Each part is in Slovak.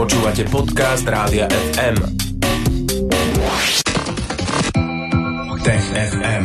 Počúvate podcast Rádia FM. Tech FM.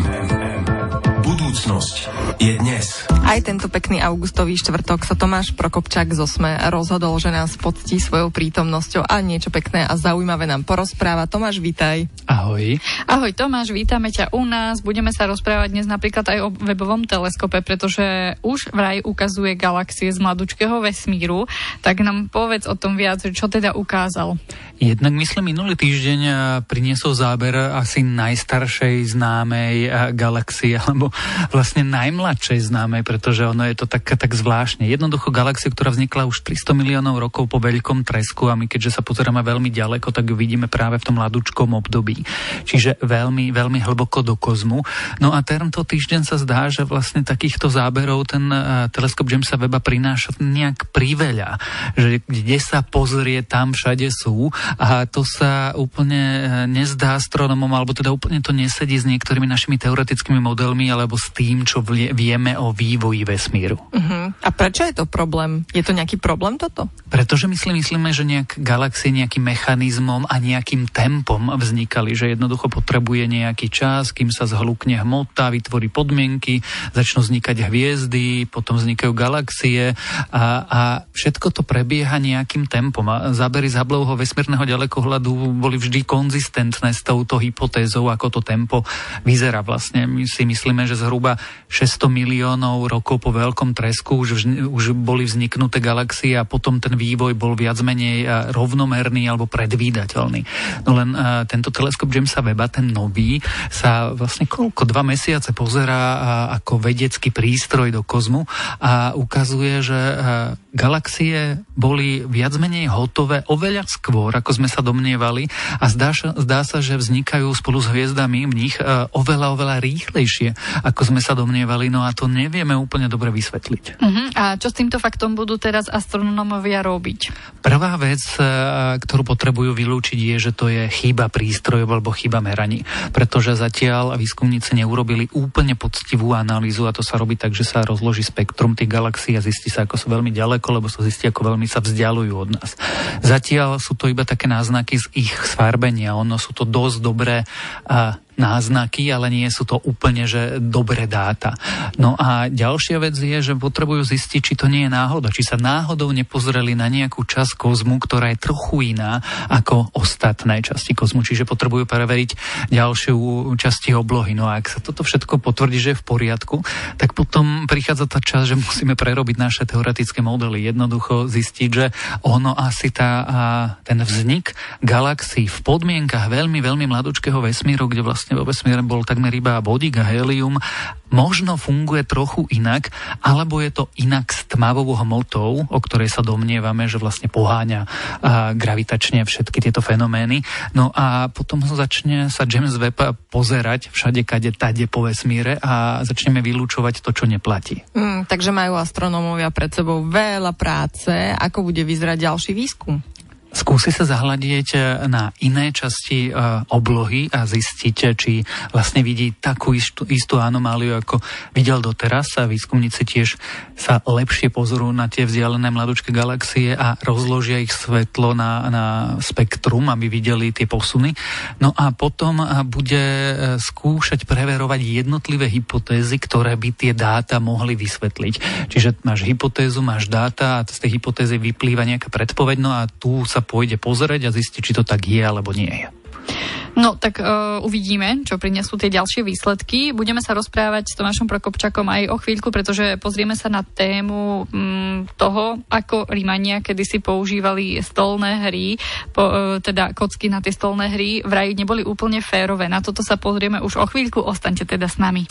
Budúcnosť je dnes. Aj tento pekný augustový štvrtok sa Tomáš Prokopčák z OSME rozhodol, že nás poctí svojou prítomnosťou a niečo pekné a zaujímavé nám porozpráva. Tomáš, vítaj. Ahoj. Ahoj Tomáš, vítame ťa u nás. Budeme sa rozprávať dnes napríklad aj o webovom teleskope, pretože už vraj ukazuje galaxie z mladúčkeho vesmíru. Tak nám povedz o tom viac, čo teda ukázal. Jednak myslím, minulý týždeň priniesol záber asi najstaršej známej galaxie, alebo vlastne najmladšej známej, pretože ono je to tak zvláštne. Jednoducho galaxia, ktorá vznikla už 300 miliónov rokov po veľkom tresku a my keďže sa pozeráme veľmi ďaleko, tak ju vidíme práve v tom mladúčkom období. Čiže veľmi, veľmi hlboko do kozmu. No a tento týždeň sa zdá, že vlastne takýchto záberov ten teleskop Jamesa Webba prináša nejak priveľa, že kde sa pozrie, tam všade sú a to sa úplne nezdá astronomom, alebo teda úplne to nesedí s niektorými našimi teoretickými modelmi alebo s tým, čo vieme o vývoji vesmíru. A prečo je to problém? Je to nejaký problém toto? Pretože myslíme, že nejak galaxie nejakým mechanizmom a nejakým tempom vznikali, že jednoducho potrebuje nejaký čas, kým sa zhlukne hmota, vytvorí podmienky, začnú vznikať hviezdy, potom vznikajú galaxie a všetko to prebieha nejakým tempom. A zábery z Hubbleho vesmírneho ďalekohľadu boli vždy konzistentné s touto hypotézou, ako to tempo vyzerá vlastne. My si myslíme, že zhruba 600 miliónov rokov po veľkom tresku už boli vzniknuté galaxie a potom ten vývoj bol viac menej rovnomerný alebo predvídateľný. No len tento teleskop Jamesa Webba, ten nový, sa vlastne 2 mesiace pozerá ako vedecký prístroj do kozmu a ukazuje, že galaxie boli viac menej hotové oveľa skôr, ako sme sa domnievali a zdá sa, že vznikajú spolu s hviezdami v nich oveľa rýchlejšie, ako sme sa domnievali, no a to nevieme úplne dobre vysvetliť. A čo s týmto faktom budú teraz astronómovia robiť? Prvá vec, ktorú potrebujú vylúčiť, je, že to je chyba prístrojov alebo chyba meraní, pretože zatiaľ výskumníci neurobili úplne poctivú analýzu a to sa robí tak, že sa rozloží spektrum tých galaxií a zistí sa, ako sú veľmi ďaleko, lebo sa zistí, ako veľmi sa vzdialujú od nás. Zatiaľ sú to iba také náznaky z ich sfarbenia, sú to dosť dobré náznaky, ale nie sú to úplne, že dobré dáta. No a ďalšia vec je, že potrebujú zistiť, či to nie je náhoda, či sa náhodou nepozreli na nejakú časť kozmu, ktorá je trochu iná ako ostatné časti kozmu, čiže potrebujú preveriť ďalšiu časti oblohy. No a ak sa toto všetko potvrdí, že je v poriadku, tak potom prichádza tá časť, že musíme prerobiť naše teoretické modely. Jednoducho zistiť, že ono asi ten vznik galaxií v podmienkach veľmi mladúčkeho vesmíru, kde vlastne vo vesmíre bol takmer iba vodík a hélium, možno funguje trochu inak, alebo je to inak s tmavou hmotou, o ktorej sa domnievame, že vlastne poháňa gravitačne všetky tieto fenomény. No a potom začne sa James Webb pozerať všade, kade, tade po vesmíre a začneme vylúčovať to, čo neplatí. Takže majú astronómovia pred sebou veľa práce. Ako bude vyzerať ďalší výskum? Skúsi sa zahľadieť na iné časti oblohy a zistiť, či vlastne vidí takú istú anomáliu, ako videl doteraz. A výskumníci tiež sa lepšie pozorujú na tie vzdialené mladúčké galaxie a rozložia ich svetlo na spektrum, aby videli tie posuny. No a potom bude skúšať preverovať jednotlivé hypotézy, ktoré by tie dáta mohli vysvetliť. Čiže máš hypotézu, máš dáta a z tej hypotézy vyplýva nejaká predpoveď, no a tu sa pôjde pozrieť a zistiť, či to tak je, alebo nie je. No, tak uvidíme, čo prinesú tie ďalšie výsledky. Budeme sa rozprávať s Tomášom Prokopčakom aj o chvíľku, pretože pozrieme sa na tému toho, ako Rímania kedysi používali stolné hry, teda kocky na tie stolné hry, vraj neboli úplne férové. Na toto sa pozrieme už o chvíľku, ostaňte teda s nami.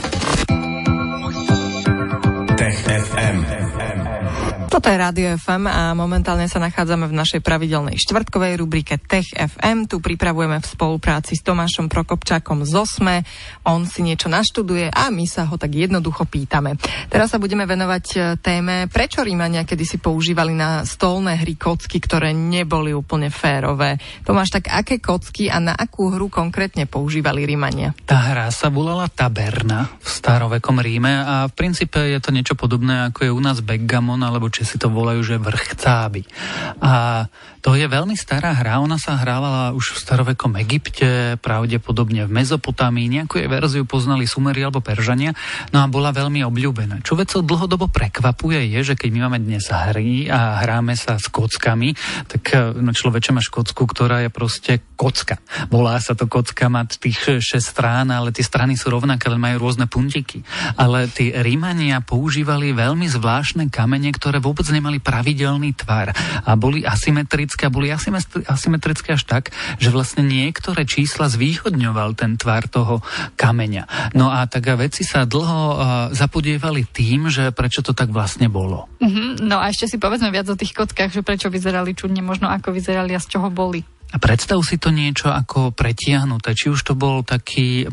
Tech FM. Toto je Rádio FM a momentálne sa nachádzame v našej pravidelnej štvrtkovej rubrike Tech FM. Tu pripravujeme v spolupráci s Tomášom Prokopčákom z OSME. On si niečo naštuduje a my sa ho tak jednoducho pýtame. Teraz sa budeme venovať téme, prečo Rímania kedysi používali na stolné hry kocky, ktoré neboli úplne férové. Tomáš, tak aké kocky a na akú hru konkrétne používali Rímania? Tá hra sa volala taberna v starovekom Ríme a v princípe je to niečo podobné, ako je u nás backgammon alebo že si to volajú, že vrch Cáby. A to je veľmi stará hra, ona sa hrávala už v starovekom Egypte, pravdepodobne v Mezopotámii, nejakú jej verziu poznali Sumeri alebo Peržania, no a bola veľmi obľúbená. Čo vedcov dlhodobo prekvapuje je, že keď my máme dnes hry a hráme sa s kockami, tak človeče máš kocku, ktorá je proste kocka. Volá sa to kocka, má tých 6 strán, ale tie strany sú rovnaké, len majú rôzne puntiky. Ale tí Rímania používali veľmi zvláštne kamene, ktoré vôbec nemali pravidelný tvar a boli asymetrické a boli asymetrické až tak, že vlastne niektoré čísla zvýhodňoval ten tvar toho kameňa. No a tak vedci sa dlho zapodievali tým, že prečo to tak vlastne bolo. No a ešte si povedzme viac o tých kockách, že prečo vyzerali čudne, možno ako vyzerali a z čoho boli. A predstav si to niečo ako pretiahnuté, či už to bol taký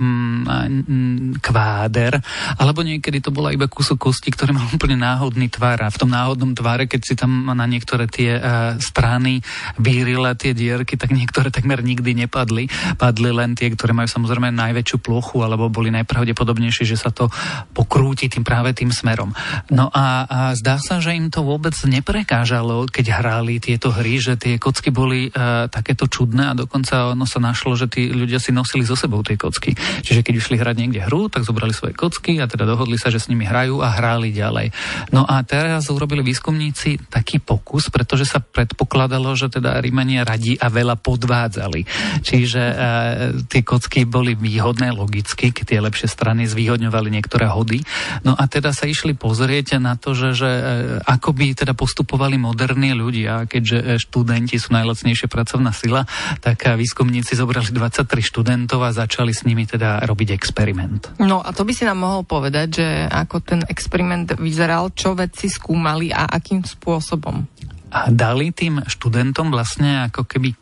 kváder, alebo niekedy to bola iba kúsok kosti, ktorý mal úplne náhodný tvar. A v tom náhodnom tvare, keď si tam na niektoré tie strany vírila tie dierky, tak niektoré takmer nikdy nepadli. Padli len tie, ktoré majú samozrejme najväčšiu plochu, alebo boli najpravdepodobnejšie, že sa to pokrúti práve tým smerom. No a zdá sa, že im to vôbec neprekážalo, keď hrali tieto hry, že tie kocky boli takéto čudné a dokonca ono sa našlo, že tí ľudia si nosili so sebou tie kocky. Čiže keď išli hrať niekde hru, tak zobrali svoje kocky a teda dohodli sa, že s nimi hrajú a hrali ďalej. No a teraz urobili výskumníci taký pokus, pretože sa predpokladalo, že teda Rímania radi a veľa podvádzali. Čiže tie kocky boli výhodné logicky, keď tie lepšie strany zvýhodňovali niektoré hody. No a teda sa išli pozrieť na to, že ako by teda postupovali moderní ľudia, keďže študenti sú najlacnejšia pracovná sila, tak výskumníci zobrali 23 študentov a začali s nimi teda robiť experiment. No a to by si nám mohol povedať, že ako ten experiment vyzeral, čo vedci skúmali a akým spôsobom? A dali tým študentom vlastne ako keby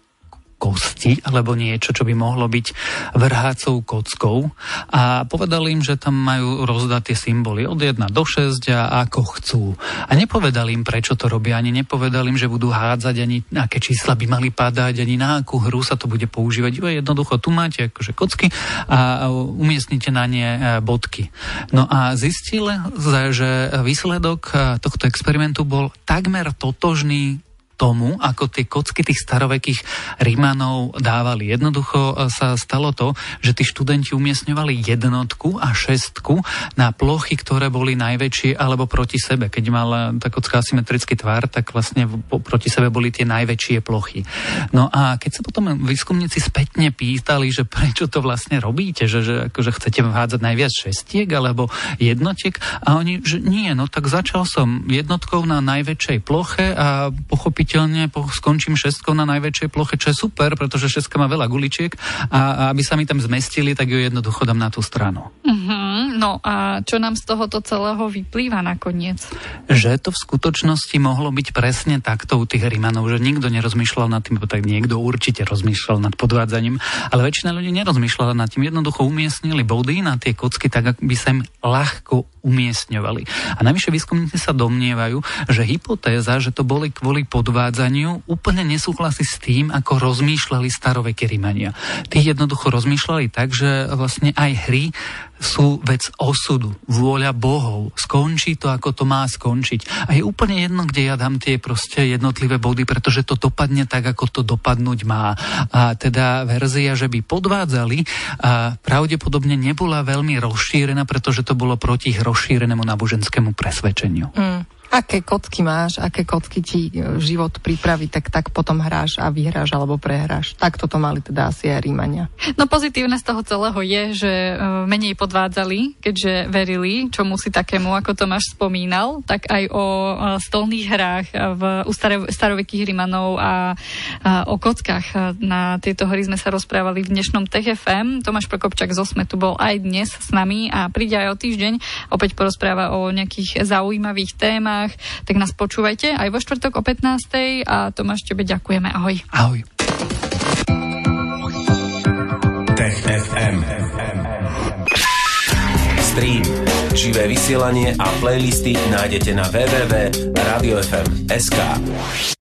kosti, alebo niečo, čo by mohlo byť vrhácou kockou a povedali im, že tam majú rozdať tie symboly od 1 do 6 a ako chcú. A nepovedali im, prečo to robia, ani nepovedali im, že budú hádzať, ani aké čísla by mali padať, ani na akú hru sa to bude používať. Jednoducho tu máte akože kocky a umiestnite na ne bodky. No a zistili, že výsledok tohto experimentu bol takmer totožný tomu, ako tie kocky tých starovekých Rimanov dávali. Jednoducho sa stalo to, že tí študenti umiestňovali 1 a 6 na plochy, ktoré boli najväčšie alebo proti sebe. Keď mala tá kocka asymetrický tvar, tak vlastne proti sebe boli tie najväčšie plochy. No a keď sa potom výskumníci spätne pýtali, že prečo to vlastne robíte, že akože chcete hádzať najviac šestiek alebo jednotiek, a oni, že nie, no tak začal som 1 na najväčšej ploche a skončím 6 na najväčšej ploche, čo je super, pretože 6 má veľa guličiek a aby sa mi tam zmestili, tak ju jednoducho dám na tú stranu. No a čo nám z tohoto celého vyplýva nakoniec? Že to v skutočnosti mohlo byť presne takto u tých Rimanov, že nikto nerozmýšľal nad tým, tak niekto určite rozmýšľal nad podvádzaním, ale väčšina ľudí nerozmýšľala nad tým, jednoducho umiestnili body na tie kocky, tak aby sa im ľahko umiestňovali. A navyše výskumníci sa domnievajú, že hypotéza, že to boli kvôli podvádzaniu, úplne nesúhlasí s tým, ako rozmýšľali starovekí Rimania. Tí jednoducho rozmýšľali tak, že vlastne aj hry sú vec osudu, vôľa bohov. Skončí to, ako to má skončiť. A je úplne jedno, kde ja dám tie proste jednotlivé body, pretože to dopadne tak, ako to dopadnúť má. A teda verzia, že by podvádzali, a pravdepodobne nebola veľmi rozšírená, pretože to bolo proti ich rozšírenému náboženskému presvedčeniu. Aké kocky máš, aké kocky ti život pripraví, tak potom hráš a vyhráš alebo prehráš. Tak toto mali teda asi aj Rímania. No pozitívne z toho celého je, že menej podvádzali, keďže verili, čomu si takému, ako Tomáš spomínal, tak aj o stolných hrách u starovekých Rimanov a o kockách. Na tieto hry sme sa rozprávali v dnešnom Tech FM. Tomáš Prokopčák z Osme tu bol aj dnes s nami a príde aj o týždeň. Opäť porozpráva o nejakých zaujímavých témach. Tak nás počúvajte aj vo štvrtok o 15:00 a Tomáš, tebe ďakujeme. Ahoj. Ahoj. Tech FM. Stream, živé vysielanie a playlisty nájdete na www.radiofm.sk.